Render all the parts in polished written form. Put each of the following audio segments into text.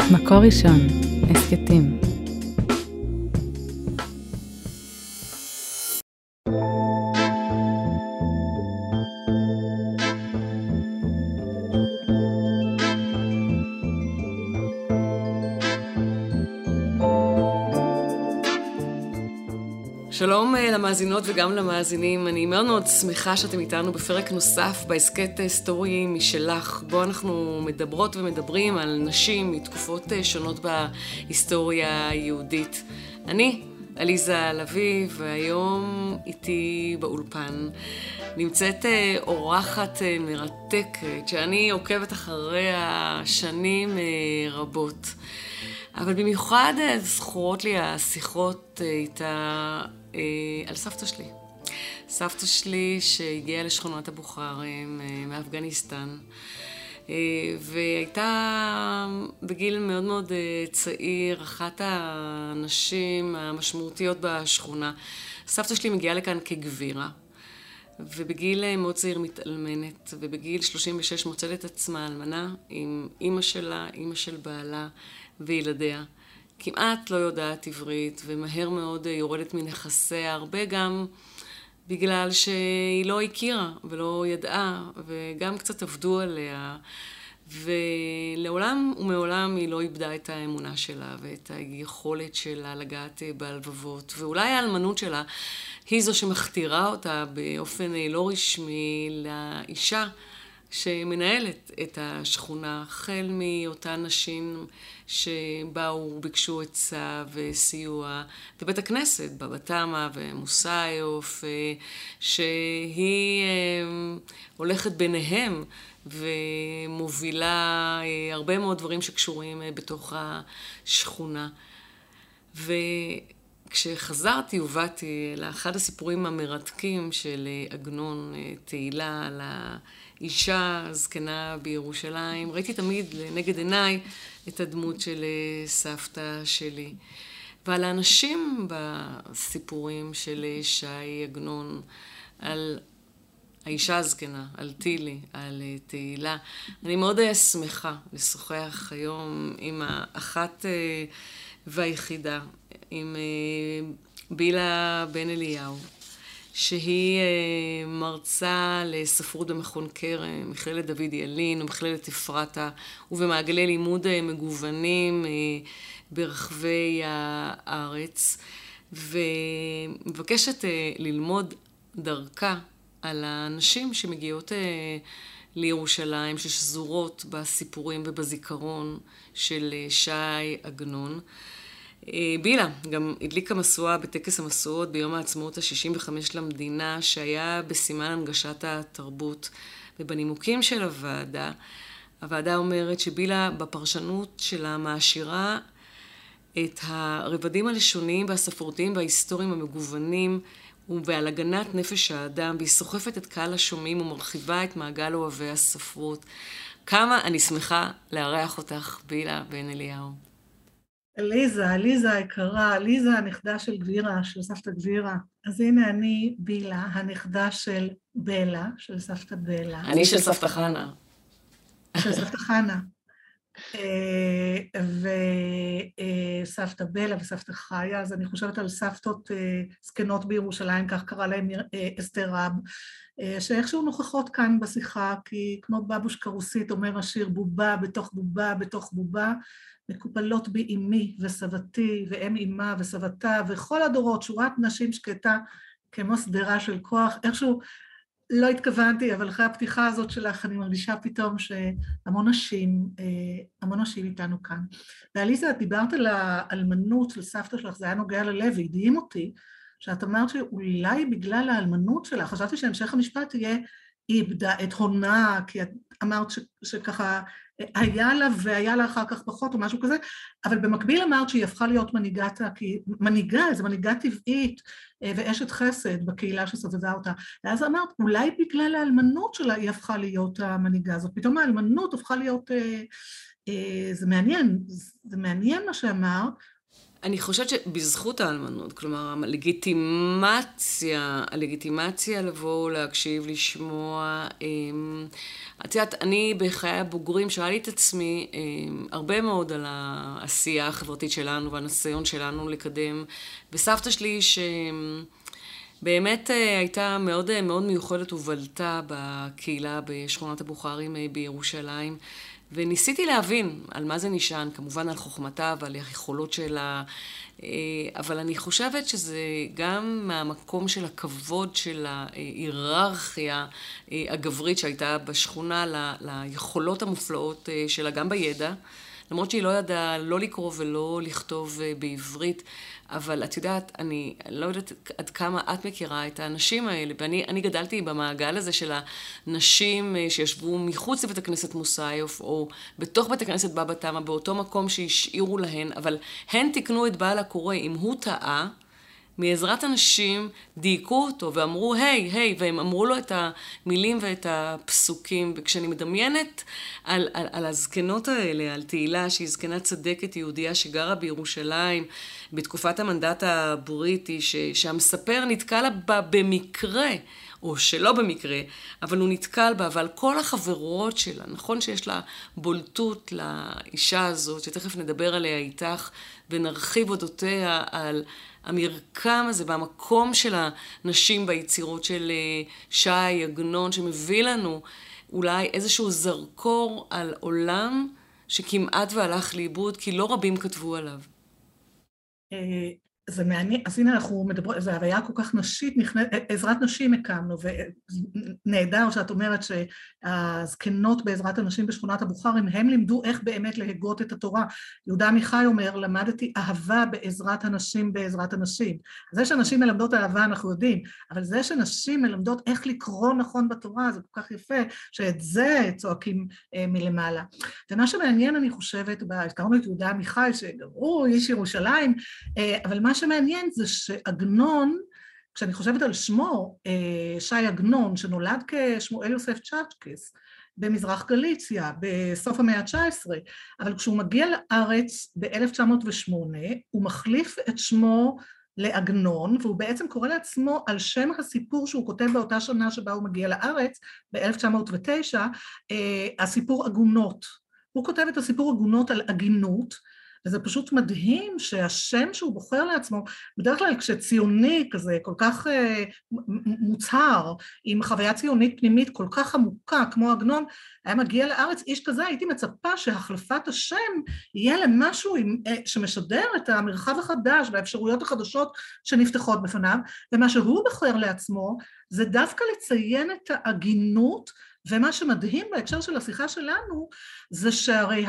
מקור ראשון, הסקטים. שלום למאזינות וגם למאזינים, אני מאוד מאוד שמחה שאתם איתנו בפרק נוסף בהסקט סטורי משלך, בו אנחנו מדברות ומדברים על נשים מתקופות שונות בהיסטוריה היהודית. אני, עליזה לביא, והיום איתי באולפן נמצאת אורחת מרתקת שאני עוקבת אחריה שנים רבות. אבל במיוחד זכורות לי השיחות איתה על סבתא שלי. סבתא שלי שהגיעה לשכונת הבוכרים מאפגניסטן, והייתה בגיל מאוד מאוד צעיר, אחת הנשים המשמעותיות בשכונה. סבתא שלי מגיעה לכאן כגבירה, ובגיל מאוד צעיר מתאלמנת, ובגיל 36 מוצאת את עצמה אלמנה עם אמא שלה, אמא של בעלה וילדיה. כמעט לא יודעת עברית, ומהר מאוד יורדת מנכסיה, הרבה גם בגלל שהיא לא הכירה ולא ידעה, וגם קצת עבדו עליה, ולעולם ומעולם היא לא איבדה את האמונה שלה ואת היכולת שלה לגעת בלבבות, ואולי האלמנות שלה היא זו שמכתירה אותה באופן לא רשמי לאישה שמנהלת את השכונה, החל מאותן נשים שבאו וביקשו עצה וסיוע בבית הכנסת, בבא תמא ומוסאיוף, שהיא הולכת ביניהם ומובילה הרבה מאוד דברים שקשורים בתוך השכונה. וכשחזרתי ובאתי לאחד הסיפורים המרתקים של עגנון תהילה על האישה הזקנה בירושלים, ראיתי תמיד לנגד עיניי את הדמות של סבתא שלי. ועל האנשים בסיפורים של שי עגנון, על האישה הזקנה, על טילי, על תהילה, אני מאוד שמחה לשוחח היום עם האחת והיחידה, עם בילה בן אליהו, שהיא מרצה לספרות במכון כרם, מכללת דוד ילין ומכללת אפרתה, ובמעגלי לימוד מגוונים ברחבי הארץ, ומבקשת ללמוד דרכה על הנשים שמגיעות לירושלים, ששזורות בסיפורים ובזיכרון של שי עגנון. בילה גם הדליקה משואה בטקס המשואות ביום העצמאות ה-65 למדינה, שהיה בסימן הנגשת התרבות. ובנימוקים של הוועדה אומרת שבילה בפרשנות שלה מעשירה את הרבדים הלשוניים והספרותיים וההיסטוריים המגוונים, ובעל הגנת נפש האדם, והיא סוחפת את קהל השומעים ומרחיבה את מעגל אוהבי הספרות. כמה אני שמחה לארח אותך, בילה בן אליהו. עליזה היקרה, עליזה הנכדה של גבירה, של סבתא גבירה. אז הנה אני בילה, הנכדה של בלה, של סבתא בלה. אני של סבתא חנה. של סבתא חנה. וסבתא בלה וסבתא חיה, אז אני חושבת על סבתות זקנות בירושלים, כך קרא להם אסתר רב, שאיכשהו נוכחות כאן בשיחה, כי כמו בבושקה רוסית אומר השיר, בובה בתוך בובה בתוך בובה, מקופלות בי אמי וסבתי ואם אמה וסבתה וכל הדורות, שורת נשים שקטה כמו סדרה של כוח. איכשהו לא התכוונתי, אבל אחרי הפתיחה הזאת שלך אני מרגישה פתאום שהמון נשים איתנו כאן. ועליזה, את דיברת על האלמנות של סבתא שלך, זה היה נוגע ללב, והדהים אותי, שאת אמרת שאולי בגלל האלמנות שלך, חשבתי שהמשך המשפט יהיה, היא איבדה את הונה, כי את אמרת שככה היה לה והיה לה אחר כך פחות או משהו כזה, אבל במקביל אמרת שהיא הפכה להיות מנהיגה, זו מנהיגה טבעית ואשת חסד בקהילה שסובבה אותה. ואז אמרת, אולי בגלל האלמנות שלה היא הפכה להיות המנהיגה הזאת. פתאום האלמנות הפכה להיות, זה מעניין מה שאמרת. אני חושבת שבזכות האלמנות, כלומר, הלגיטימציה לבוא, להקשיב, לשמוע, את יודעת, אני בחיי הבוגרים שאלתי את עצמי הרבה מאוד על העשייה החברתית שלנו והניסיון שלנו לקדם, וסבתא שלי שבאמת הייתה מאוד מאוד מיוחדת ובלטה בקהילה בשכונת הבוכרים בירושלים, וניסיתי להבין על מה זה נשען, כמובן על חוכמתה ועל היכולות שלה, אבל אני חושבת שזה גם מהמקום של הכבוד של ההיררכיה הגברית שהייתה בשכונה ליכולות המופלאות שלה, גם בידע, למרות שהיא לא ידעה לא לקרוא ולא לכתוב בעברית, אבל את יודעת, אני לא יודעת עד כמה את מכירה את האנשים האלה, ואני גדלתי במעגל הזה של הנשים שישבו מחוץ לבית הכנסת מוסאיוף, או בתוך בית הכנסת בבא תמא, באותו מקום שהשאירו להן, אבל הן תקנו את בעל הקורא, אם הוא טעה, מעזרת אנשים דייקו אותו ואמרו, היי, והם אמרו לו את המילים ואת הפסוקים, וכשאני מדמיינת על הזקנות האלה, על תהילה שהיא זקנה צדקת יהודיה שגרה בירושלים, בתקופת המנדט הבריטי, שהמספר נתקל בה במקרה, או שלא במקרה, אבל הוא נתקל בה, אבל כל החברות שלה, נכון שיש לה בולטות לאישה הזאת, שתכף נדבר עליה איתך, ונרחיב אודותיה על המרקם הזה, והמקום של הנשים ביצירות של שי עגנון, שמביא לנו אולי איזשהו זרקור על עולם שכמעט והלך לאיבוד, כי לא רבים כתבו עליו. זה מעניין, אז הנה אנחנו מדברים, זה הוויה כל כך נשית, עזרת נשים הקמנו, ונהדר שאת אומרת שהזקנות בעזרת הנשים בשכונת הבוכרים, הם לימדו איך באמת להגות את התורה. יהודה עמיחי אומר, למדתי אהבה בעזרת הנשים בעזרת הנשים. זה שנשים מלמדות אהבה אנחנו יודעים, אבל זה שנשים מלמדות איך לקרוא נכון בתורה, זה כל כך יפה, שאת זה צועקים מלמעלה. ומה שמעניין אני חושבת, הזכרנו את יהודה עמיחי, שהוא איש ירושלים, אבל מה שמעניין זה שעגנון, כשאני חושבת על שמו, שי עגנון, שנולד כשמואל יוסף צ'אצ'קס, במזרח גליציה, בסוף המאה ה-19, אבל כשהוא מגיע לארץ ב-1908, הוא מחליף את שמו לעגנון, והוא בעצם קורא לעצמו על שם הסיפור שהוא כותב באותה שנה שבה הוא מגיע לארץ, ב-1909, הסיפור עגונות. הוא כותב את הסיפור עגונות על עגינות, וזה פשוט מדהים שהשם שהוא בוחר לעצמו, בדרך כלל כשציוני כזה כל כך מוצהר, עם חוויה ציונית פנימית כל כך עמוקה כמו עגנון, היה מגיע לארץ איש כזה, הייתי מצפה שהחלפת השם יהיה למשהו שמשדר את המרחב החדש והאפשרויות החדשות שנפתחות בפניו, ומה שהוא בוחר לעצמו זה דווקא לציין את העגינות, ומה שמדהים בהקשר של השיחה שלנו, זה שהרי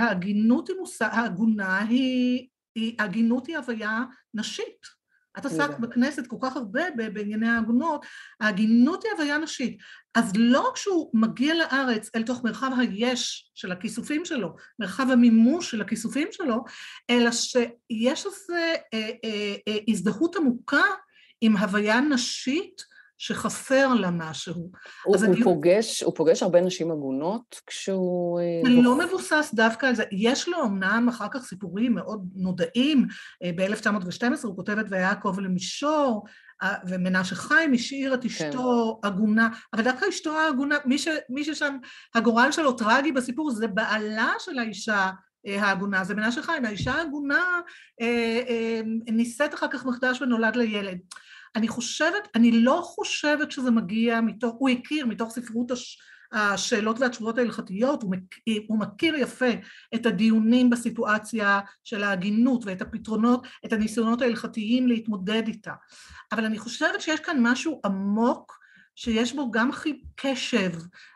ההגינות היא הוויה נשית. את עסקת בכנסת כל כך הרבה בענייני ההגונות, ההגינות היא הוויה נשית. אז לא כשהוא מגיע לארץ אל תוך מרחב היש של הכיסופים שלו, מרחב המימוש של הכיסופים שלו, אלא שיש איזו הזדהות עמוקה עם הוויה נשית, שחסר לה משהו. הוא פוגש הרבה נשים עגונות כשהוא... זה לא מבוסס דווקא על זה. יש לו אמנם אחר כך סיפורים מאוד נודעים, ב-1912 הוא כותב את ויעקב למישור, ומנשה חיים השאיר את אשתו עגונה, אבל דווקא אשתו העגונה, מי ששם הגורל שלו טרגי בסיפור, זה בעלה של האישה העגונה, זה מנשה חיים, האישה העגונה נישאת אחר כך מחדש ונולד לילד. אני לא חושבת שזה מגיע מתוך, הוא הכיר מתוך ספרות השאלות והתשובות ההלכתיות, הוא מכיר יפה את הדיונים בסיטואציה של ההגינות ואת הפתרונות, את הניסיונות ההלכתיים להתמודד איתה. אבל אני חושבת שיש כאן משהו עמוק, שיש בו גם קשב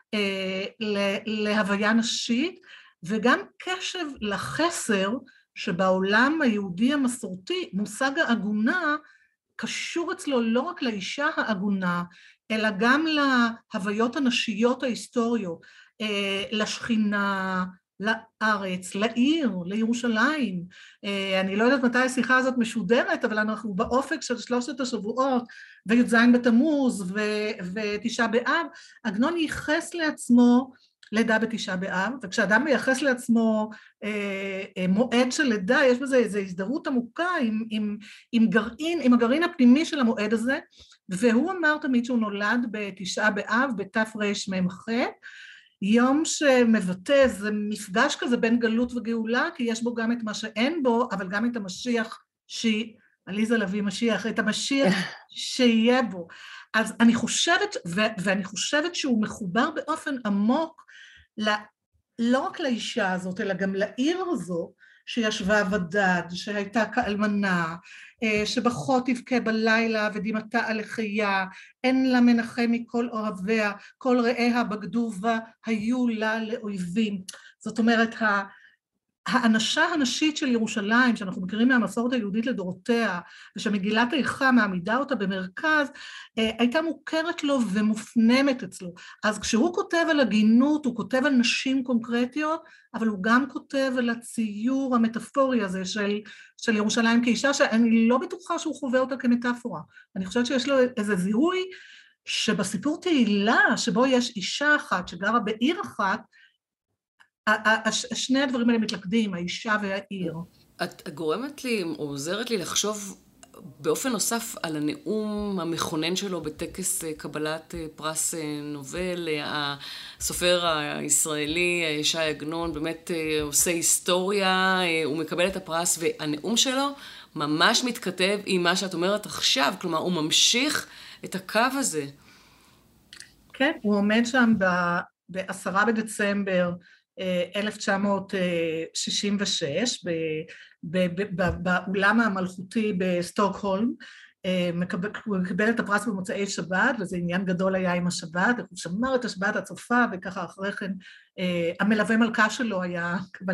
להוויה נשית, וגם קשב לחסר שבעולם היהודי המסורתי, מושג העגונה, קשור אצלו לא רק לאישה העגונה, אלא גם להוויות הנשיות ההיסטוריות, לשכינה, לארץ, לעיר, לירושלים. אני לא יודעת מתי השיחה הזאת משודרת, אבל אנחנו באופק של 3 השבועות, וי"ז בתמוז ותשעה באב, עגנון ייחס לעצמו לידה בתשעה באב, וכשאדם מייחס לעצמו מועד של לידה, יש בזה איזו הזדהות עמוקה עם הגרעין הפנימי של המועד הזה, והוא אמר תמיד שהוא נולד בתשעה באב, בתרמ"ח, יום שמבטא איזה מפגש כזה בין גלות וגאולה, כי יש בו גם את מה שאין בו, אבל גם את המשיח עליזה לביא משיח, את המשיח שיהיה בו. אז אני חושבת, ואני חושבת שהוא מחובר באופן עמוק, לא רק לאישה הזאת, אלא גם לעיר הזו, שישבה ודד, שהייתה כאלמנה, שבכות תבכה בלילה ודמעתה על לחייה, אין לה מנחם מכל אוהביה, כל רעיה בגדו בה, היו לה לאויבים. זאת אומרת, האנשה הנשית של ירושלים, שאנחנו מכירים מהמסורת היהודית לדורותיה, ושמגילת איכה מעמידה אותה במרכז, הייתה מוכרת לו ומופנמת אצלו. אז כשהוא כותב על הגינות, הוא כותב על נשים קונקרטיות, אבל הוא גם כותב על הציור המטאפורי הזה של ירושלים כאישה, שאני לא בטוחה שהוא חווה אותה כמטאפורה. אני חושבת שיש לו איזה זיהוי, שבסיפור תהילה, שבו יש אישה אחת שגרה בעיר אחת, שני הדברים האלה מתלכדים, האישה והעיר. את גורמת לי, או עוזרת לי לחשוב באופן נוסף על הנאום המכונן שלו בטקס קבלת פרס נובל, הסופר הישראלי ש"י עגנון באמת עושה היסטוריה, הוא מקבל את הפרס והנאום שלו ממש מתכתב עם מה שאת אומרת עכשיו, כלומר הוא ממשיך את הקו הזה. כן, הוא עומד שם ב-10 בדצמבר 1966, באולם המלכותי בסטוקהולם, הוא מקבל את הפרס במוצאי שבת, וזה עניין גדול היה עם השבת, הוא שמר את השבת הצופה, וככה אחרי כן המלווה מלכה שלו היה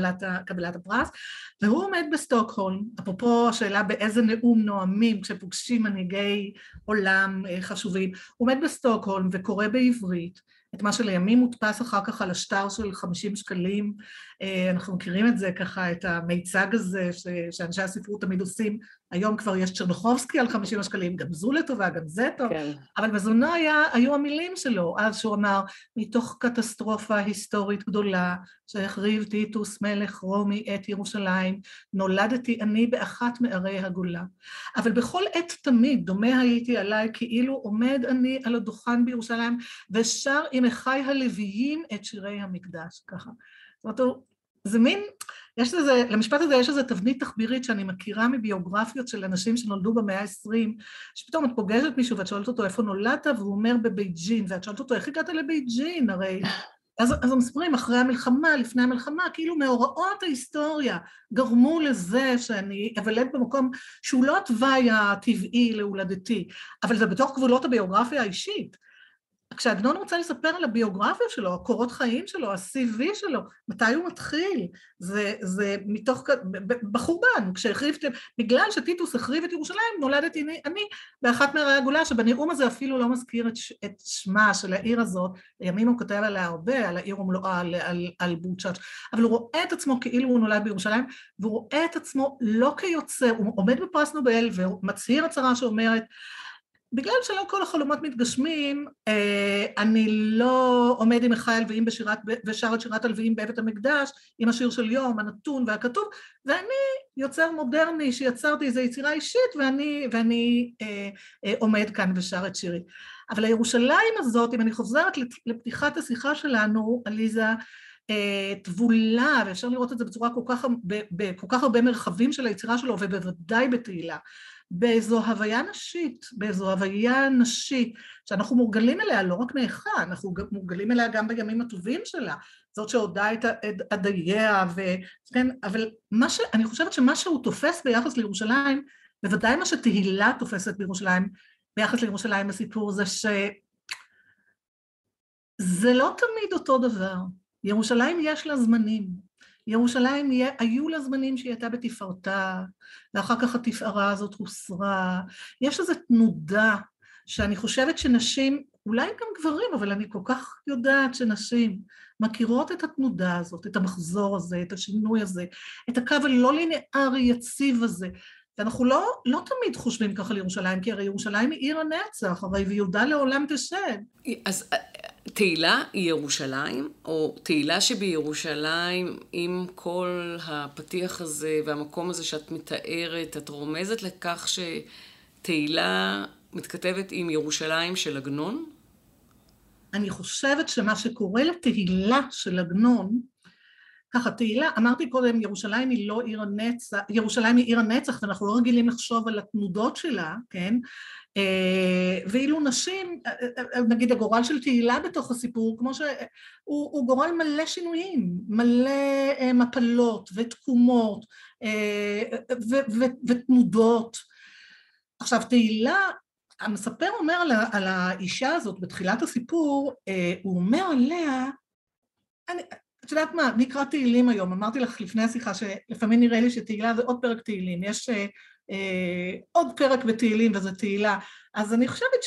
קבלת הפרס, והוא עומד בסטוקהולם, אפרופו השאלה באיזה נאום נואמים כשפוגשים מנהיגי עולם חשובים, הוא עומד בסטוקהולם וקורא בעברית, את מה שלימים מודפס אחר כך על השטר של 50 שקלים, אנחנו מכירים את זה ככה, את המיצג הזה שאנשי הספרות תמיד עושים, היום כבר יש צ'רניחובסקי על 50 שקלים, גם זו לטובה, גם זה טוב, כן. אבל בזונו היו המילים שלו, אז שהוא אמר, מתוך קטסטרופה היסטורית גדולה, שהחריב טיטוס מלך רומי את ירושלים, נולדתי אני באחת מערי הגולה, אבל בכל עת תמיד דומה הייתי עליי, כאילו עומד אני על הדוכן בירושלים, ושר עם אחי הלוויים את שירי המקדש, ככה. זאת אומרת, זה מין, למשפט הזה יש איזו תבנית תחבירית שאני מכירה מביוגרפיות של אנשים שנולדו במאה ה-20, שפתאום את פוגשת מישהו ואת שואלת אותו איפה נולדת, והוא אומר בבייג'ין, ואת שואלת אותו איך הגעת לבייג'ין, הרי... אז הם מספרים אחרי המלחמה, לפני המלחמה, כאילו מאורעות ההיסטוריה גרמו לזה שאני אבלד במקום שהוא לא התוואי הטבעי להולדתי, אבל זה בתוך גבולות הביוגרפיה האישית. כשעגנון רוצה לספר על הביוגרפיה שלו, הקורות חיים שלו, ה-CV שלו, מתי הוא מתחיל? זה מתוך, בחורבן, בגלל שטיטוס החריב את ירושלים, נולדתי אני באחת מערי הגולה, שבנאום הזה אפילו לא מזכיר את שמה של העיר הזאת, לימים הוא כותב עליה הרבה, על העיר ומלואה, על בוצ'אץ', אבל הוא רואה את עצמו כאילו הוא נולד בירושלים, והוא רואה את עצמו לא כיוצר, הוא עומד בפרס נובל, והוא מצהיר הצהרה שאומרת, בגלל שלא כל החלומות מתגשמים, אני לא עומד עם אחי הלוויים ושר את שירת הלוויים בבית המקדש, עם השיר של יום, הנתון והכתוב, ואני יוצר מודרני שיצרתי איזו יצירה אישית, ואני עומד כאן ושר את שירי. אבל הירושלים הזאת, אם אני חוזרת לפתיחת השיחה שלנו, עליזה, תבולה, ואפשר לראות את זה בצורה כל כך הרבה מרחבים של היצירה שלו, ובוודאי בתהילה, באיזו הוויה נשית, באיזו הוויה נשית, שאנחנו מורגלים אליה לא רק מאיכה, אנחנו מורגלים אליה גם בימים הטובים שלה, זאת שהודעה את עדייה, וכן, אבל אני חושבת שמה שהוא תופס ביחס לירושלים, בוודאי מה שתהילה תופסת בירושלים, ביחס לירושלים בסיפור זה שזה לא תמיד אותו דבר. ירושלים יש לה זמנים. ירושלים היו לה זמנים שהיא הייתה בתפארתה, ואחר כך התפארה הזאת הוסרה. יש איזו תנודה שאני חושבת שנשים, אולי גם גברים, אבל אני כל כך יודעת שנשים מכירות את התנודה הזאת, את המחזור הזה, את השינוי הזה, את הקו הלא לינארי יציב הזה. ואנחנו לא תמיד חושבים ככה על ירושלים, כי הרי ירושלים היא עיר הנצח, הרי ויהודה לעולם תשב. אז תהילה היא ירושלים, או תהילה שבירושלים, עם כל הפתיח הזה והמקום הזה שאת מתארת, את רומזת לכך שתהילה מתכתבת עם ירושלים של עגנון? אני חושבת שמה שקורה לתהילה של עגנון, ככה, תהילה, אמרתי קודם, ירושלים היא לא עיר הנצח, ירושלים היא עיר הנצח, ואנחנו לא רגילים לחשוב על התנודות שלה, כן? ואילו נשים, נגיד הגורל של תהילה בתוך הסיפור, כמו שהוא גורל מלא שינויים, מלא מפלות ותקומות ותנודות. עכשיו, תהילה, המספר אומר על האישה הזאת בתחילת הסיפור, הוא אומר עליה, את יודעת מה, נקרא תהילים היום, אמרתי לך לפני השיחה שלפעמים נראה לי שתהילה זה עוד פרק תהילים, יש עוד פרק בתהילים וזה תהילה, אז אני חושבת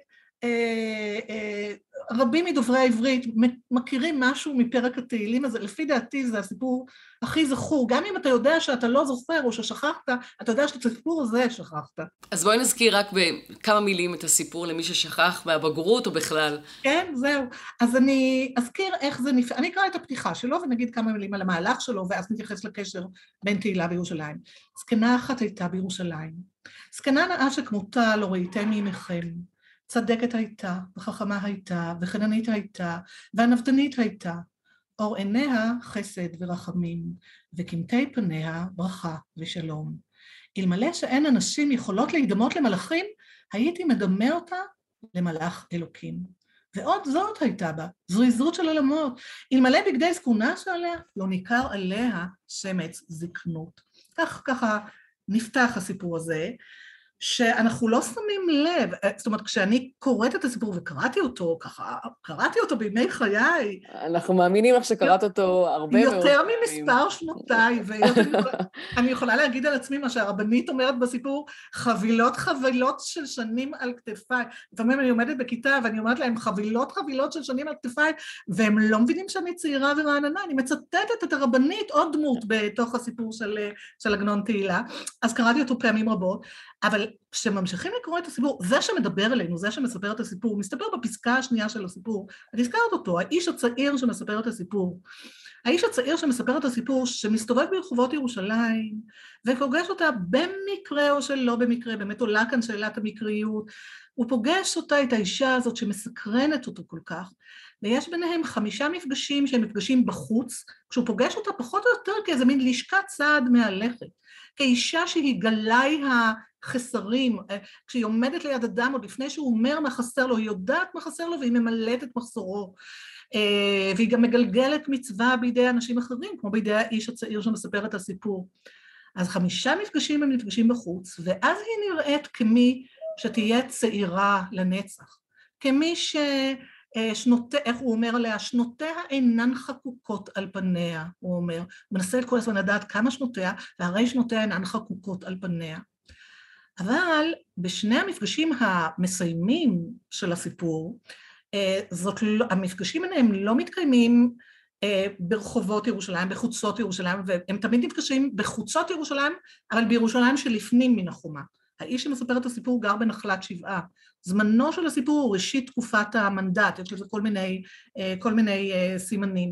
רבים מדוברי העברית מכירים משהו מפרק התהילים הזה, לפי דעתי זה הסיפור הכי זכור, גם אם אתה יודע שאתה לא זוכר או ששכחת, אתה יודע שאת הסיפור הזה שכחת. אז בואי נזכיר רק בכמה מילים את הסיפור למי ששכח מהבגרות או בכלל. כן, זהו. אז אני אזכיר איך זה נפעל, אני אקרא את הפתיחה שלו ונגיד כמה מילים על המהלך שלו, ואז נתייחס לקשר בין תהילה בירושלים. זקנה אחת הייתה בירושלים. זקנה נאה שכמותה לא ראיתם מימיכם. צדקת הייתה, וחכמה הייתה, וחננית הייתה, והנבדנית הייתה. אור עיניה חסד ורחמים, וקמטי פניה ברכה ושלום. אלמלא שאין אנשים יכולות להידמות למלאכים, הייתי מדמה אותה למלאך אלוקים. ועוד זאת הייתה בה, זריזות של עולמות. אלמלא בגדי זקונה שעליה, לא ניכר עליה שמץ זקנות. ככה נפתח הסיפור הזה, שאנחנו לא שמים לב, זאת אומרת, כשאני קוראת את הסיפור וקראתי אותו, ככה, קראתי אותו בימי חיי. אנחנו מאמינים לך שקראת אותו הרבה מאוד. יותר ממספר שנותיי, ואני יכולה להגיד על עצמי מה שהרבנית אומרת בסיפור, חבילות של שנים על כתפיי. לפעמים אני עומדת בכיתה ואני אומרת להם, חבילות של שנים על כתפיי, והם לא מבינים שאני צעירה ורעננה, אני מצטטת את הרבנית, עוד דמות בתוך הסיפור של עגנון תהילה, אז קראתי אותו פעמים רבות, אבל כשממשיכים לקרוא את הסיפור, זה שמדבר אלינו, זה שמספר את הסיפור, הוא מסתבר בפסקה השנייה של הסיפור, אני הזכרת אותו, האיש הצעיר שמספר את הסיפור. האיש הצעיר שמספר את הסיפור, שמסתובב ברחובות ירושלים, ופוגש אותה במקרה או שלא במקרה, באמת עולה כאן שאלת המקריות, הוא פוגש אותה, את האישה הזאת שמסקרנת אותו כל כך, ויש ביניהם 5 מפגשים שהם מפגשים בחוץ, כשהוא פוגש אותה פחות או יותר כאיזה מין לשכת צעד מהלכת, כאישה שהיא גלי החסרים, כשהיא עומדת ליד אדם עוד לפני שהוא אומר מה חסר לו, היא יודעת מה חסר לו והיא ממלאת את מחסורו, והיא גם מגלגלת מצווה בידי אנשים אחרים, כמו בידי האיש הצעיר שמספר את הסיפור. אז 5 מפגשים הם מפגשים בחוץ, ואז היא נראית כמי שתהיה צעירה לנצח, כמי איך הוא אומר עליה, שנותיה אינן חקוקות על פניה, הוא אומר, הוא מנסה כל הזמן לדעת כמה שנותיה, והרי שנותיה אינן חקוקות על פניה. אבל בשני המפגשים המסיימים של הסיפור, המפגשים ביניהם לא מתקיימים ברחובות ירושלים, בחוצות ירושלים, והם תמיד נפגשים בחוצות ירושלים, אבל בירושלים שלפנים מן החומה. האיש שמספר את הסיפור גר בנחלת שבעה. זמנו של הסיפור הוא ראשית תקופת המנדט, יש לזה כל מיני סימנים.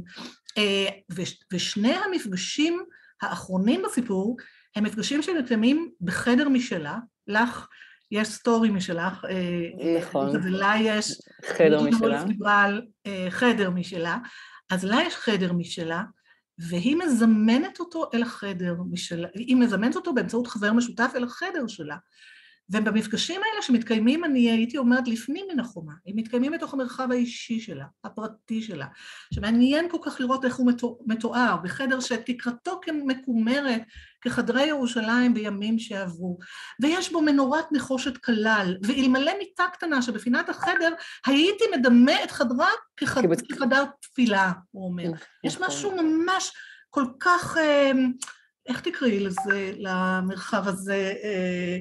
ושני המפגשים האחרונים בסיפור, הם מפגשים שמתקיימים בחדר משלה, לך יש סטורי משלך, נכון, ולה יש חדר משלה. חדר משלה, אז לה יש חדר משלה, והיא מזמנת אותו אל החדר משלה, היא מזמנת אותו באמצעות חבר משותף אל החדר שלה, ובמפגשים האלה שמתקיימים, אני הייתי אומרת לפנים מן החומה, הם מתקיימים בתוך המרחב האישי שלה, הפרטי שלה, שמעניין כל כך לראות איך הוא מתואר, בחדר שתקרתו כמקומרת, כחדרי ירושלים בימים שעברו, ויש בו מנורת נחושת כלל, ואלמלא מיטה קטנה שבפינת החדר, הייתי מדמה את חדרה כחדר תפילה, הוא אומר. יש משהו ממש כל כך, איך תקראי לזה, למרחב הזה,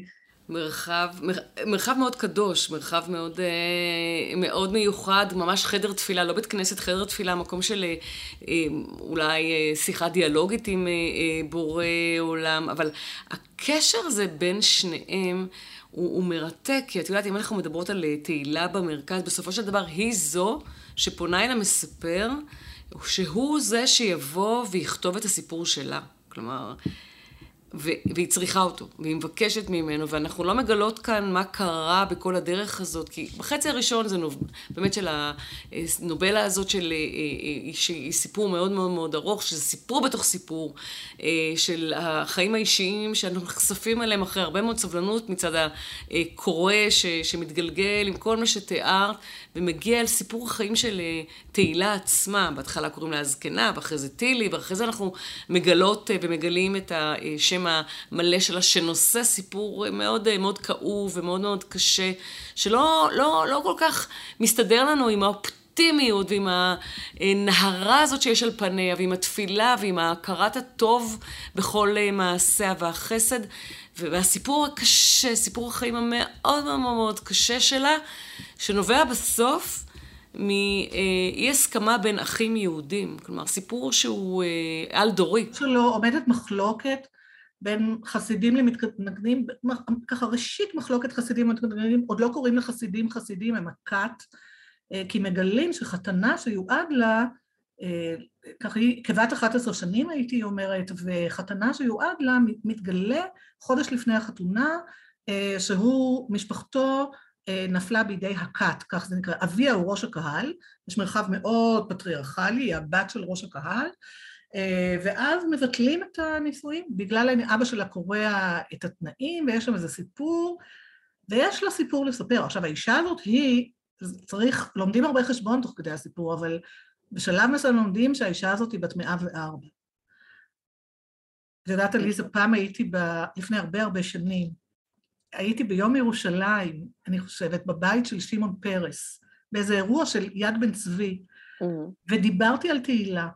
מרחב מאוד קדוש, מרחב מאוד, מאוד מיוחד, ממש חדר תפילה, לא בית כנסת, חדר תפילה, מקום של אולי שיחה דיאלוגית עם בורא עולם, אבל הקשר הזה בין שניהם הוא מרתק, כי את יודעת, אם אנחנו מדברות על תהילה במרכז, בסופו של דבר היא זו שפונה אל המספר, שהוא זה שיבוא ויכתוב את הסיפור שלה. כלומר, והיא צריכה אותו, והיא מבקשת ממנו, ואנחנו לא מגלות כאן מה קרה בכל הדרך הזאת, כי בחצי הראשון זה באמת של הנובלה הזאת שהיא סיפור מאוד מאוד מאוד ארוך, שזה סיפור בתוך סיפור, של החיים האישיים שאנחנו נחשפים אליהם אחרי הרבה מאוד סבלנות מצד הקורא שמתגלגל עם כל מה שתיארת, ומגיע אל סיפור החיים של תהילה עצמה, בהתחלה קוראים לה הזקנה, ואחרי זה טילי, ואחרי זה אנחנו מגלות ומגלים את השם המלא שלה, שנושא סיפור מאוד מאוד כאוב ומאוד מאוד קשה, שלא כל כך מסתדר לנו עם האופטימיות ועם הנהרה הזאת שיש על פניה, ועם התפילה ועם הכרת הטוב בכל מעשיה והחסד, והסיפור הקשה, סיפור החיים המאוד מאוד מאוד קשה שלה, שנובע בסוף מאי הסכמה בין אחים יהודים, כלומר סיפור שהוא על דורי. שלו עומדת מחלוקת בין חסידים למתנגדים, ככה ראשית מחלוקת חסידים למתנגדים, עוד לא קוראים לחסידים חסידים, הם הכת, כי מגלים שחתנה שיועד לה, ככה היא כבת 11 שנים הייתי אומרת, וחתנה שיועד לה מתגלה חודש לפני החתונה, שהוא משפחתו נפלה בידי הכת, כך זה נקרא, אביה הוא ראש הקהל, יש מרחב מאוד פטריארכלי, היא הבת של ראש הקהל, ואז מבטלים את הנישואים, בגלל אבא שלה קורא את התנאים, ויש שם איזה סיפור, ויש לה סיפור לספר. עכשיו, האישה הזאת היא, לומדים הרבה חשבון תוך כדי הסיפור, אבל בשלב מסוים לומדים שהאישה הזאת היא בת 104. ויודעת עליזה, פעם הייתי לפני הרבה שנים, הייתי ביום ירושלים, אני חושבת, בבית של שמעון פרס, באיזה אירוע של יד בן צבי, ודיברתי על תהילה,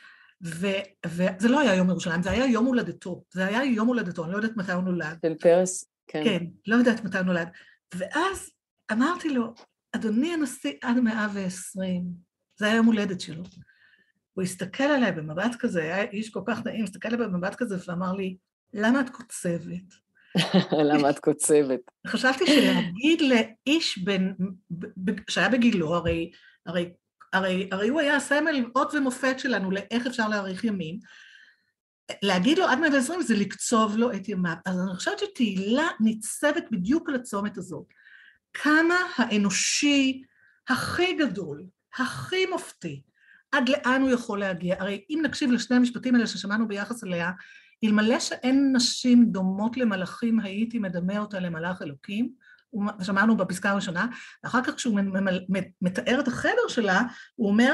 וזה לא היה יום ירושלים, זה היה יום הולדתו, אני לא יודעת מתי הוא נולד. של פרס, כן. כן, לא יודעת מתי הוא נולד. ואז אמרתי לו, אדוני הנשיא עד 120, זה היה יום הולדת שלו. הוא הסתכל עליי במבט כזה, היה איש כל כך נעים, הסתכל עליי במבט כזה ואמר לי, למה את קוצבת? למה את קוצבת? חשבתי שלהגיד לאיש שהיה בגילו, הרי הוא היה סמל אות ומופת שלנו לאיך אפשר להאריך ימים, להגיד לו עד 120 זה לקצוב לו את ימיו. אז אני חושבת שתהילה ניצבת בדיוק על הצומת הזאת. כמה האנושי הכי גדול, הכי מופתי, עד לאן הוא יכול להגיע. הרי אם נקשיב לשני המשפטים האלה ששמענו ביחס אליה, אלמלא שאין נשים דומות למלאכים, הייתי מדמה אותה למלאך אלוקים, שמענו בפסקה הראשונה, ואחר כך כשהוא מתאר את החדר שלה, הוא אומר,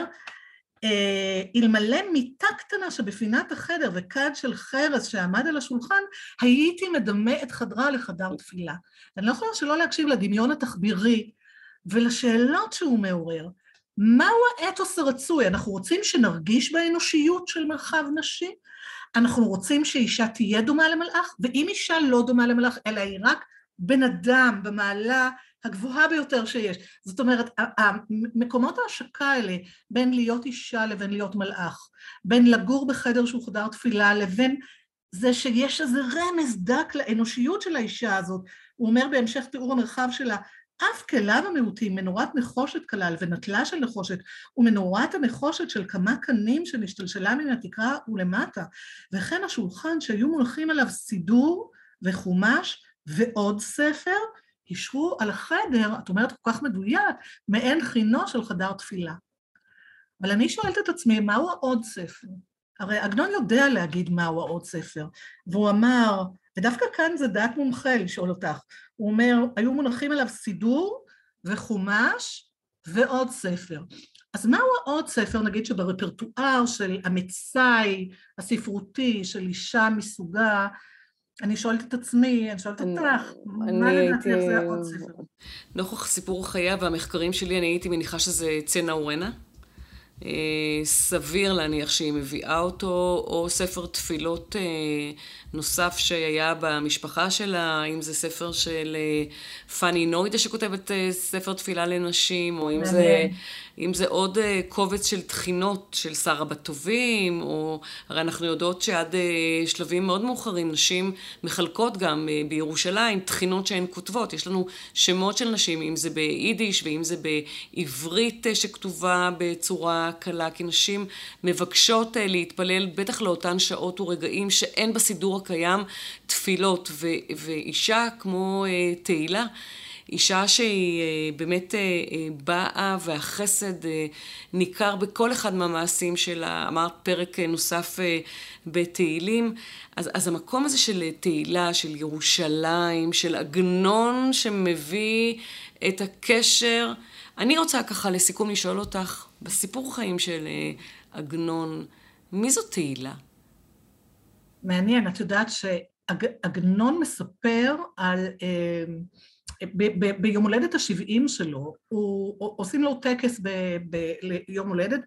אלמלא מיטה קטנה שבפינת החדר וכד של חרס שעמד על השולחן, הייתי מדמה את חדרה לחדר תפילה. אני לא יכולה שלא להקשיב לדמיון התחבירי ולשאלות שהוא מעורר. מהו האתוס הרצוי? אנחנו רוצים שנרגיש באנושיות של מרחב נשי? אנחנו רוצים שאישה תהיה דומה למלאך? ואם אישה לא דומה למלאך, אלא היא רק בן אדם במעלה הגבוהה ביותר שיש. זאת אומרת, מקומות ההשקה האלה, בין להיות אישה לבין להיות מלאך, בין לגור בחדר שהוא חדר תפילה, לבין זה שיש איזה רמז דק לאנושיות של האישה הזאת. הוא אומר בהמשך תיאור המרחב שלה, אף כלה במיעוטים, מנורת נחושת כלל ונטלה של נחושת, ומנורת הנחושת של כמה קנים שנשתלשלה מן התקרה ולמטה, וכן השולחן שהיו מונחים עליו סידור וחומש ועוד ספר, ישרו על החדר, את אומרת כל כך מדויק, מעין חינו של חדר תפילה. אבל אני שואלת את עצמי, מהו העוד ספר? הרי עגנון יודע להגיד מהו העוד ספר, והוא אמר, ודווקא כאן זה דעת מומחה לשאול אותך, הוא אומר, היו מונחים עליו סידור וחומש ועוד ספר. אז מהו העוד ספר, נגיד שברפרטואר של המצאי הספרותי, של אישה מסוגה, אני שואלת את עצמי, אני שואלת אותך, מה לדעתי איך זה העוד ספר? נוכח סיפור החיה והמחקרים שלי, אני הייתי מניחה שזה צנע ווינה, סביר להניח שהיא מביאה אותו, או ספר תפילות נוסף שהיה במשפחה שלה, אם זה ספר של פאני נוידה שכותבת ספר תפילה לנשים, או אם זה עוד קובץ של תחינות של שרה בטובים, או הרי אנחנו יודעות שעד שלבים מאוד מאוחרים נשים מחלקות גם בירושלים תחינות שהן כותבות. יש לנו שמות של נשים, אם זה ביידיש ואם זה בעברית שכתובה בצורה קלה, כי נשים מבקשות להתפלל בטח לאותן שעות ורגעים שאין בסידור הקיים תפילות, ואישה כמו תהילה, אישה שהיא באמת באה והחסד ניכר בכל אחד מהמעשים שלה, אמרת פרק נוסף בתהילים, אז המקום הזה של תהילה, של ירושלים, של עגנון שמביא את הקשר, אני רוצה ככה לסיכום לשאול אותך, בסיפור חיים של עגנון, מי זו תהילה? מעניין, את יודעת שעגנון מספר על, ביום הולדת ה-70 שלו, עושים לו טקס ביום הולדת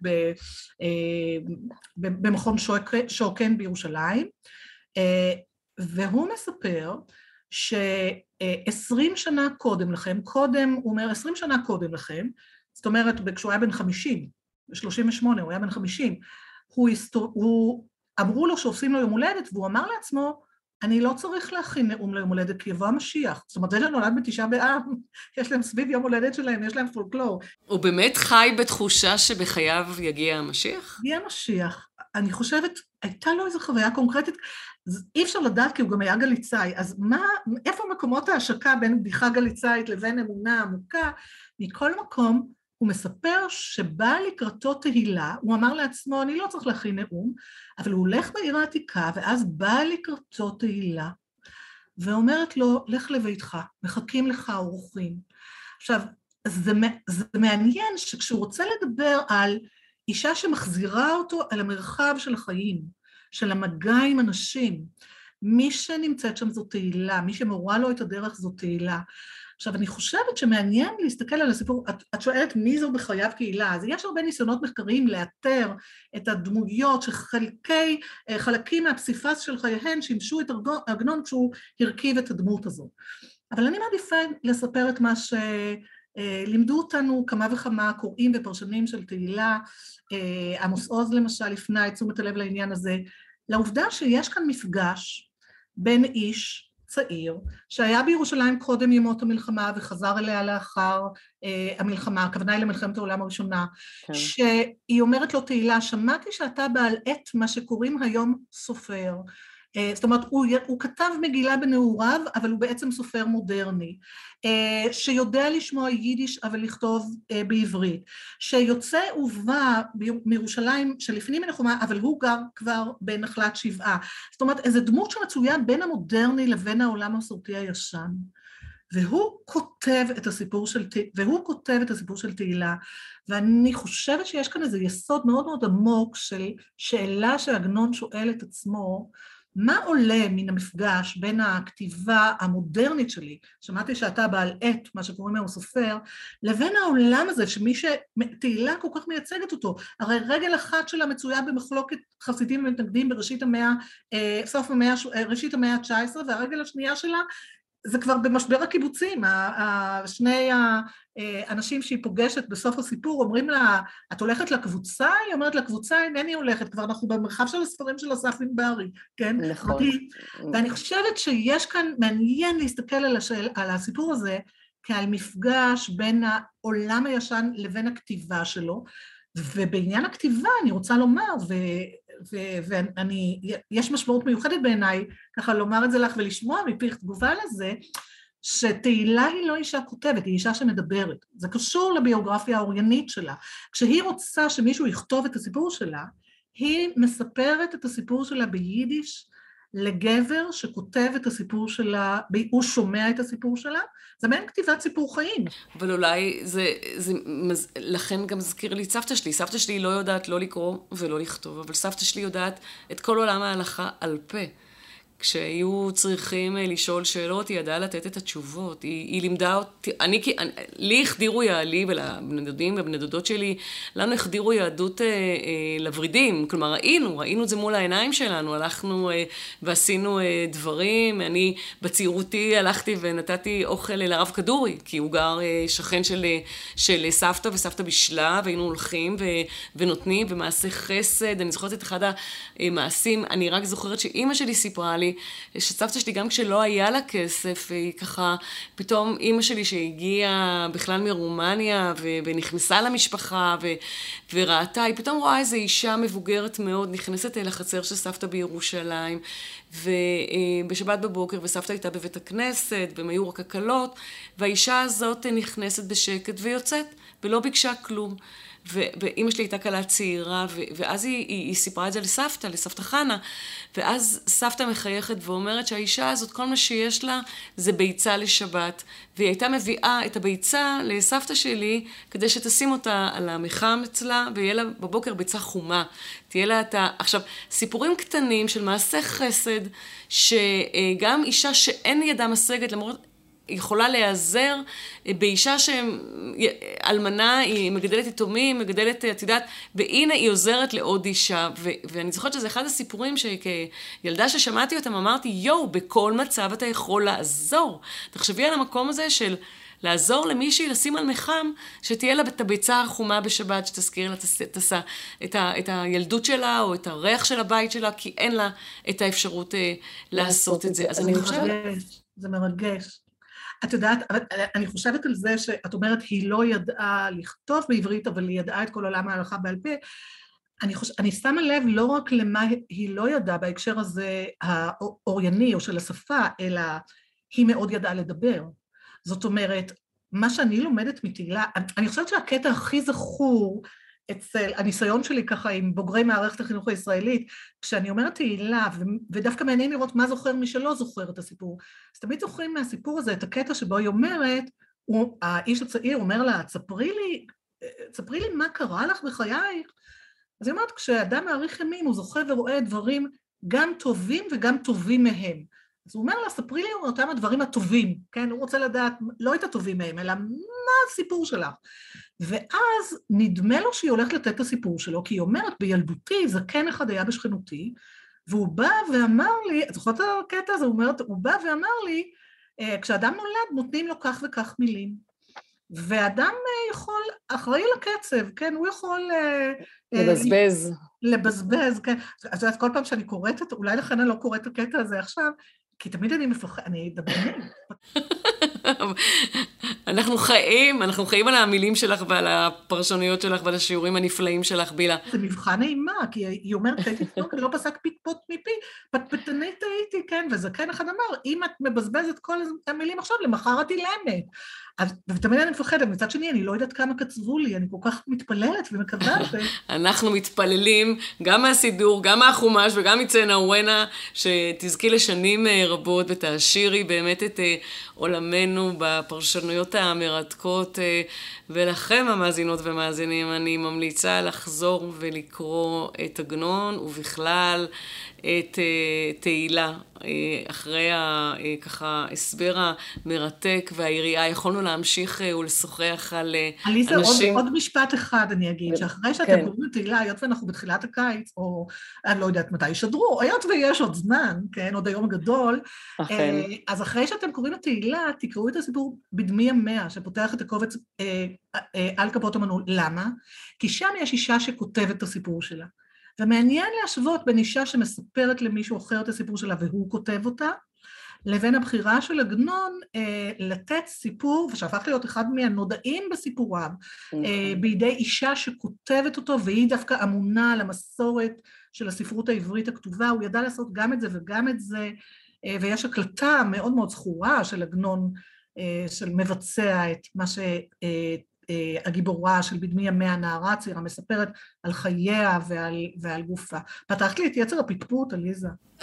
במכון שוקן בירושלים, והוא מספר ש20 שנה קודם לכם, הוא אומר 20 שנה קודם לכם, זאת אומרת כשהוא היה בן 50, ב-38 הוא היה בן 50, אמרו לו שעושים לו יום הולדת, והוא אמר לעצמו, אני לא צריך להכין נאום ליום הולדת, כי יבוא המשיח. זאת אומרת, זה שנולד בתשעה באב, יש להם סביב יום הולדת שלהם, יש להם פולקלור. הוא באמת חי בתחושה שבחייו יגיע המשיח? יגיע המשיח. אני חושבת, הייתה לו איזו חוויה קונקרטית, אי אפשר לדעת כי הוא גם היה גליצאי, אז איפה מקומות ההשקה בין בדיחה גליצאית לבין אמונה עמוקה? מכל מקום, הוא מספר שבא לקראתו תהילה, הוא אמר לעצמו, אני לא צריך להכין נאום, אבל הוא הולך בעיר העתיקה, ואז בא לקראתו תהילה, ואומרת לו, לך לביתך, מחכים לך אורחים. עכשיו, זה מעניין שכשהוא רוצה לדבר על אישה שמחזירה אותו על המרחב של החיים, של המגע עם אנשים, מי שנמצאת שם זו תהילה, מי שמורה לו את הדרך זו תהילה. עכשיו, אני חושבת שמעניין להסתכל על הסיפור, את שואלת מי זו בחייו קהילה, אז יש הרבה ניסיונות מחקריים לאתר את הדמויות שחלקים מהפסיפס של חייהן שימשו את עגנון כשהוא הרכיב את הדמות הזו. אבל אני מעדיפה לספר את מה שלימדו אותנו כמה וכמה קוראים ופרשנים של תהילה, עמוס עוז למשל הפנה את תשומת הלב לעניין הזה, לעובדה שיש כאן מפגש בין איש, צעיר, שהיה בירושלים קודם ימות המלחמה וחזר אליה לאחר המלחמה, הכוונה היא למלחמת העולם הראשונה, כן. שהיא אומרת לו תהילה, שמעתי שאתה בעל עת מה שקוראים היום סופר, זאת אומרת הוא כתב מגילה בנעוריו, אבל הוא בעצם סופר מודרני, שיודע לשמוע יידיש אבל לכתוב בעברית, שיוצא ובא מירושלים שלפנים מלחמה, אבל הוא גר כבר בנחלת שבעה, זאת אומרת איזו דמות שמצויה בין המודרני לבין העולם המסורתי הישן, והוא כותב את הסיפור של תהילה, ואני חושבת שיש כאן איזה יסוד מאוד מאוד עמוק של שאלה שעגנון שואל את עצמו, מה עולה מן המפגש בין הכתיבה המודרנית שלי, שמעתי שאתה בעל עת, מה שקוראים לו סופר, לבין העולם הזה שמי שתהילה כל כך מייצגת אותו, הרי רגל אחת שלה מצויה במחלוקת חסידים ומתנגדים בראשית ראשית המאה ה-19, והרגל השנייה שלה זה כבר במשבר הקיבוצים, שני האנשים שהיא פוגשת בסוף הסיפור אומרים לה, את הולכת לקבוצה? היא אומרת לקבוצה, אינני הולכת, כבר אנחנו במרחב של הספרים של אסף ענברי, כן? נכון. ואני חושבת שיש כאן, מעניין להסתכל על הסיפור הזה, כעל מפגש בין העולם הישן לבין הכתיבה שלו, ובעניין הכתיבה אני רוצה לומר, ויש משמעות מיוחדת בעיניי, ככה לומר את זה לך ולשמוע מפיך תגובה לזה, שתהילה היא לא אישה כותבת, היא אישה שמדברת. זה קשור לביוגרפיה האוריינית שלה. כשהיא רוצה שמישהו יכתוב את הסיפור שלה, היא מספרת את הסיפור שלה ביידיש לגבר שכותב את הסיפור שלה, הוא שומע את הסיפור שלה, זה מעין כתיבת סיפור חיים. אבל אולי לכן גם זכיר לי סבתא שלי. סבתא שלי לא יודעת לא לקרוא ולא לכתוב, אבל סבתא שלי יודעת את כל עולם ההלכה על פה. כשהיו צריכים לשאול שאלות, היא ידעה לתת את התשובות. היא לימדה אותי, לי החדירו לי ולבני דודים ובני דודות שלי, לנו החדירו יהדות לוורידים. כלומר, ראינו את זה מול העיניים שלנו, הלכנו ועשינו דברים. אני בצעירותי הלכתי ונתתי אוכל לרב כדורי, כי הוא גר שכן של סבתא, וסבתא בשלה, והיינו הולכים ונותנים במעשה חסד. אני זוכרת את אחד המעשים, אני רק זוכרת שאמא שלי סיפרה לי, שסבתא שלי גם כשלא היה לה כסף, היא ככה, פתאום אמא שלי שהגיעה בכלל מרומניה ונכנסה למשפחה וראתה, היא פתאום רואה איזו אישה מבוגרת מאוד, נכנסת אל החצר של סבתא בירושלים, ובשבת בבוקר, וסבתא הייתה בבית הכנסת, והם היו רק הקלות, והאישה הזאת נכנסת בשקט ויוצאת, ולא ביקשה כלום. ואמא שלי הייתה קלה צעירה, ואז היא סיפרה את זה לסבתא חנה, ואז סבתא מחייכת ואומרת שהאישה הזאת, כל מה שיש לה זה ביצה לשבת, והיא הייתה מביאה את הביצה לסבתא שלי, כדי שתשים אותה על המחם אצלה, ויהיה לה בבוקר ביצה חומה. תהיה לה עכשיו, סיפורים קטנים של מעשה חסד, שגם אישה שאין ידה משגת, למרות יכולה להיעזר באישה שאלמנה, היא מגדלת יתומים, מגדלת, את יודעת, והנה היא עוזרת לעוד אישה. ואני זוכרת שזה אחד הסיפורים שכילדה ששמעתי אותם, אמרתי, בכל מצב אתה יכול לעזור. תחשבי על המקום הזה של לעזור למישהי, לשים על מחם, שתהיה לה את הביצה החומה בשבת, שתזכיר לה את הילדות שלה, או את הריח של הבית שלה, כי אין לה את האפשרות לעשות את זה. אז אני חושבת... זה מרגש. את יודעת, אני חושבת על זה שאת אומרת, היא לא ידעה לכתוב בעברית, אבל היא ידעה את כל עולם ההלכה בעל פה. אני שמה לב לא רק למה היא לא ידעה בהקשר הזה האורייני או של השפה, אלא היא מאוד ידעה לדבר. זאת אומרת, מה שאני לומדת מתהילה, אני חושבת שהקטע הכי זכור אצל הניסיון שלי ככה עם בוגרי מערכת החינוך הישראלית, כשאני אומרת תהילה, ודווקא מעניין לראות מה זוכר מי שלא זוכר את הסיפור, אז תמיד זוכרים מהסיפור הזה את הקטע שבו היא אומרת, האיש הצעיר אומר לה, ספרי לי מה קרה לך בחייך. אז היא אומרת, כשאדם מעריך ימים, הוא זוכה ורואה דברים גם טובים וגם טובים מהם. אז הוא אומר לה, ספרי לי אותם הדברים הטובים, כן? הוא רוצה לדעת, לא את הטובים מהם, אלא מה הסיפור שלך. ואז נדמה לו שהיא הולכת לתת את הסיפור שלו, כי היא אומרת, בילדותי, זקן אחד היה בשכנותי, והוא בא ואמר לי, את זוכרת את הקטע הזה? הוא בא ואמר לי, כשאדם נולד, נותנים לו כך וכך מילים. ואדם יכול, אחראי לקצב, כן? הוא יכול... לבזבז, כן? אז כל פעם שאני קוראת את, אולי לכן אני לא קוראת את הקטע הזה עכשיו, כי תמיד אני מפחד, אני דברנית. אנחנו חיים על המילים שלך ועל הפרשנויות שלך ועל השיעורים הנפלאים שלך, בילה. זה מבחן אימה, כי היא אומרת, הייתי תפוק, לא פסק פטפוט מפי, פטפטנית הייתי, כן, וזה כן אחד אמר, אם את מבזבזת כל המילים עכשיו, למחר את אילמת. ותמיד אני מפחדת, מצד שני, אני לא יודעת כמה קצבו לי, אני כל כך מתפללת ומקווה. אנחנו מתפללים גם מהסידור, גם מהחומש וגם מצנע וונה, שתזכי לשנים רבות ותעשירי באמת את עולמנו בפרשנויות המרתקות, ולכם המאזינות ומאזינים, אני ממליצה לחזור ולקרוא את עגנון, ובכלל את תהילה, אחרי ככה הסבר המרתק והעירייה, יכולנו להמשיך ולשוחח על אליסה, אנשים... עוד משפט אחד אני אגיד, שאחרי שאתם קוראים את תהילה, היות ואנחנו בתחילת הקיץ, או אני לא יודעת מתי ישדרו, היות ויש עוד זמן, כן, עוד היום גדול, אז אחרי שאתם קוראים את תהילה, תקראו את הסיפור בדמי המאה, שפותח את הקובץ על כפות המנעול. למה? כי שם יש אישה שכותבת את הסיפור שלה. ומעניין להשוות בין אישה שמספרת למישהו אחר את הסיפור שלה והוא כותב אותה, לבין הבחירה של עגנון לתת סיפור, ושהפך להיות אחד מהנודעים בסיפוריו, בידי אישה שכותבת אותו, והיא דווקא אמונה על המסורת של הספרות העברית הכתובה, הוא ידע לעשות גם את זה וגם את זה, ויש הקלטה מאוד מאוד זכורה של עגנון, של מבצע את מה הגיבורה של בדמי ימי הנערה הצעירה, מספרת על חייה ועל גופה. פתחת לי את יצר הפטפוט, עליזה.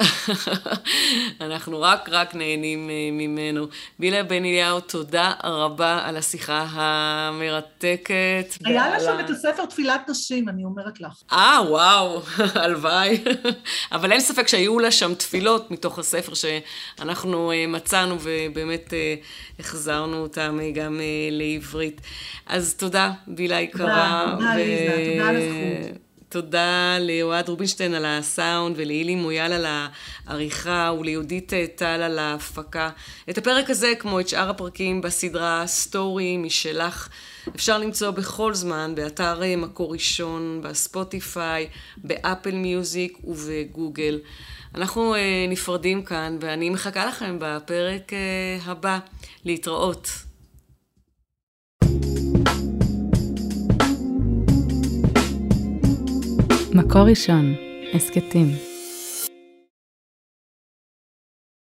אנחנו רק נהנים ממנו. בילה בן אליהו, תודה רבה על השיחה המרתקת. היה לה שם את הספר תפילת נשים, אני אומרת לך. וואו, הלוואי. אבל אין ספק שהיו לה שם תפילות מתוך הספר שאנחנו מצאנו, ובאמת החזרנו אותם גם לעברית. אז תודה, בילה יקרה. תודה, עליזה, תודה על הזכות. תודה לאוהד רובינשטיין על הסאונד ולאילי מויאל על העריכה וליהודית טל על ההפקה. את הפרק הזה, כמו את שאר הפרקים בסדרה סטורי משלך, אפשר למצוא בכל זמן באתר מקור ראשון, בספוטיפיי, באפל מיוזיק ובגוגל. אנחנו נפרדים כאן ואני מחכה לכם בפרק הבא. להתראות. מקור ראשון, הסקטים.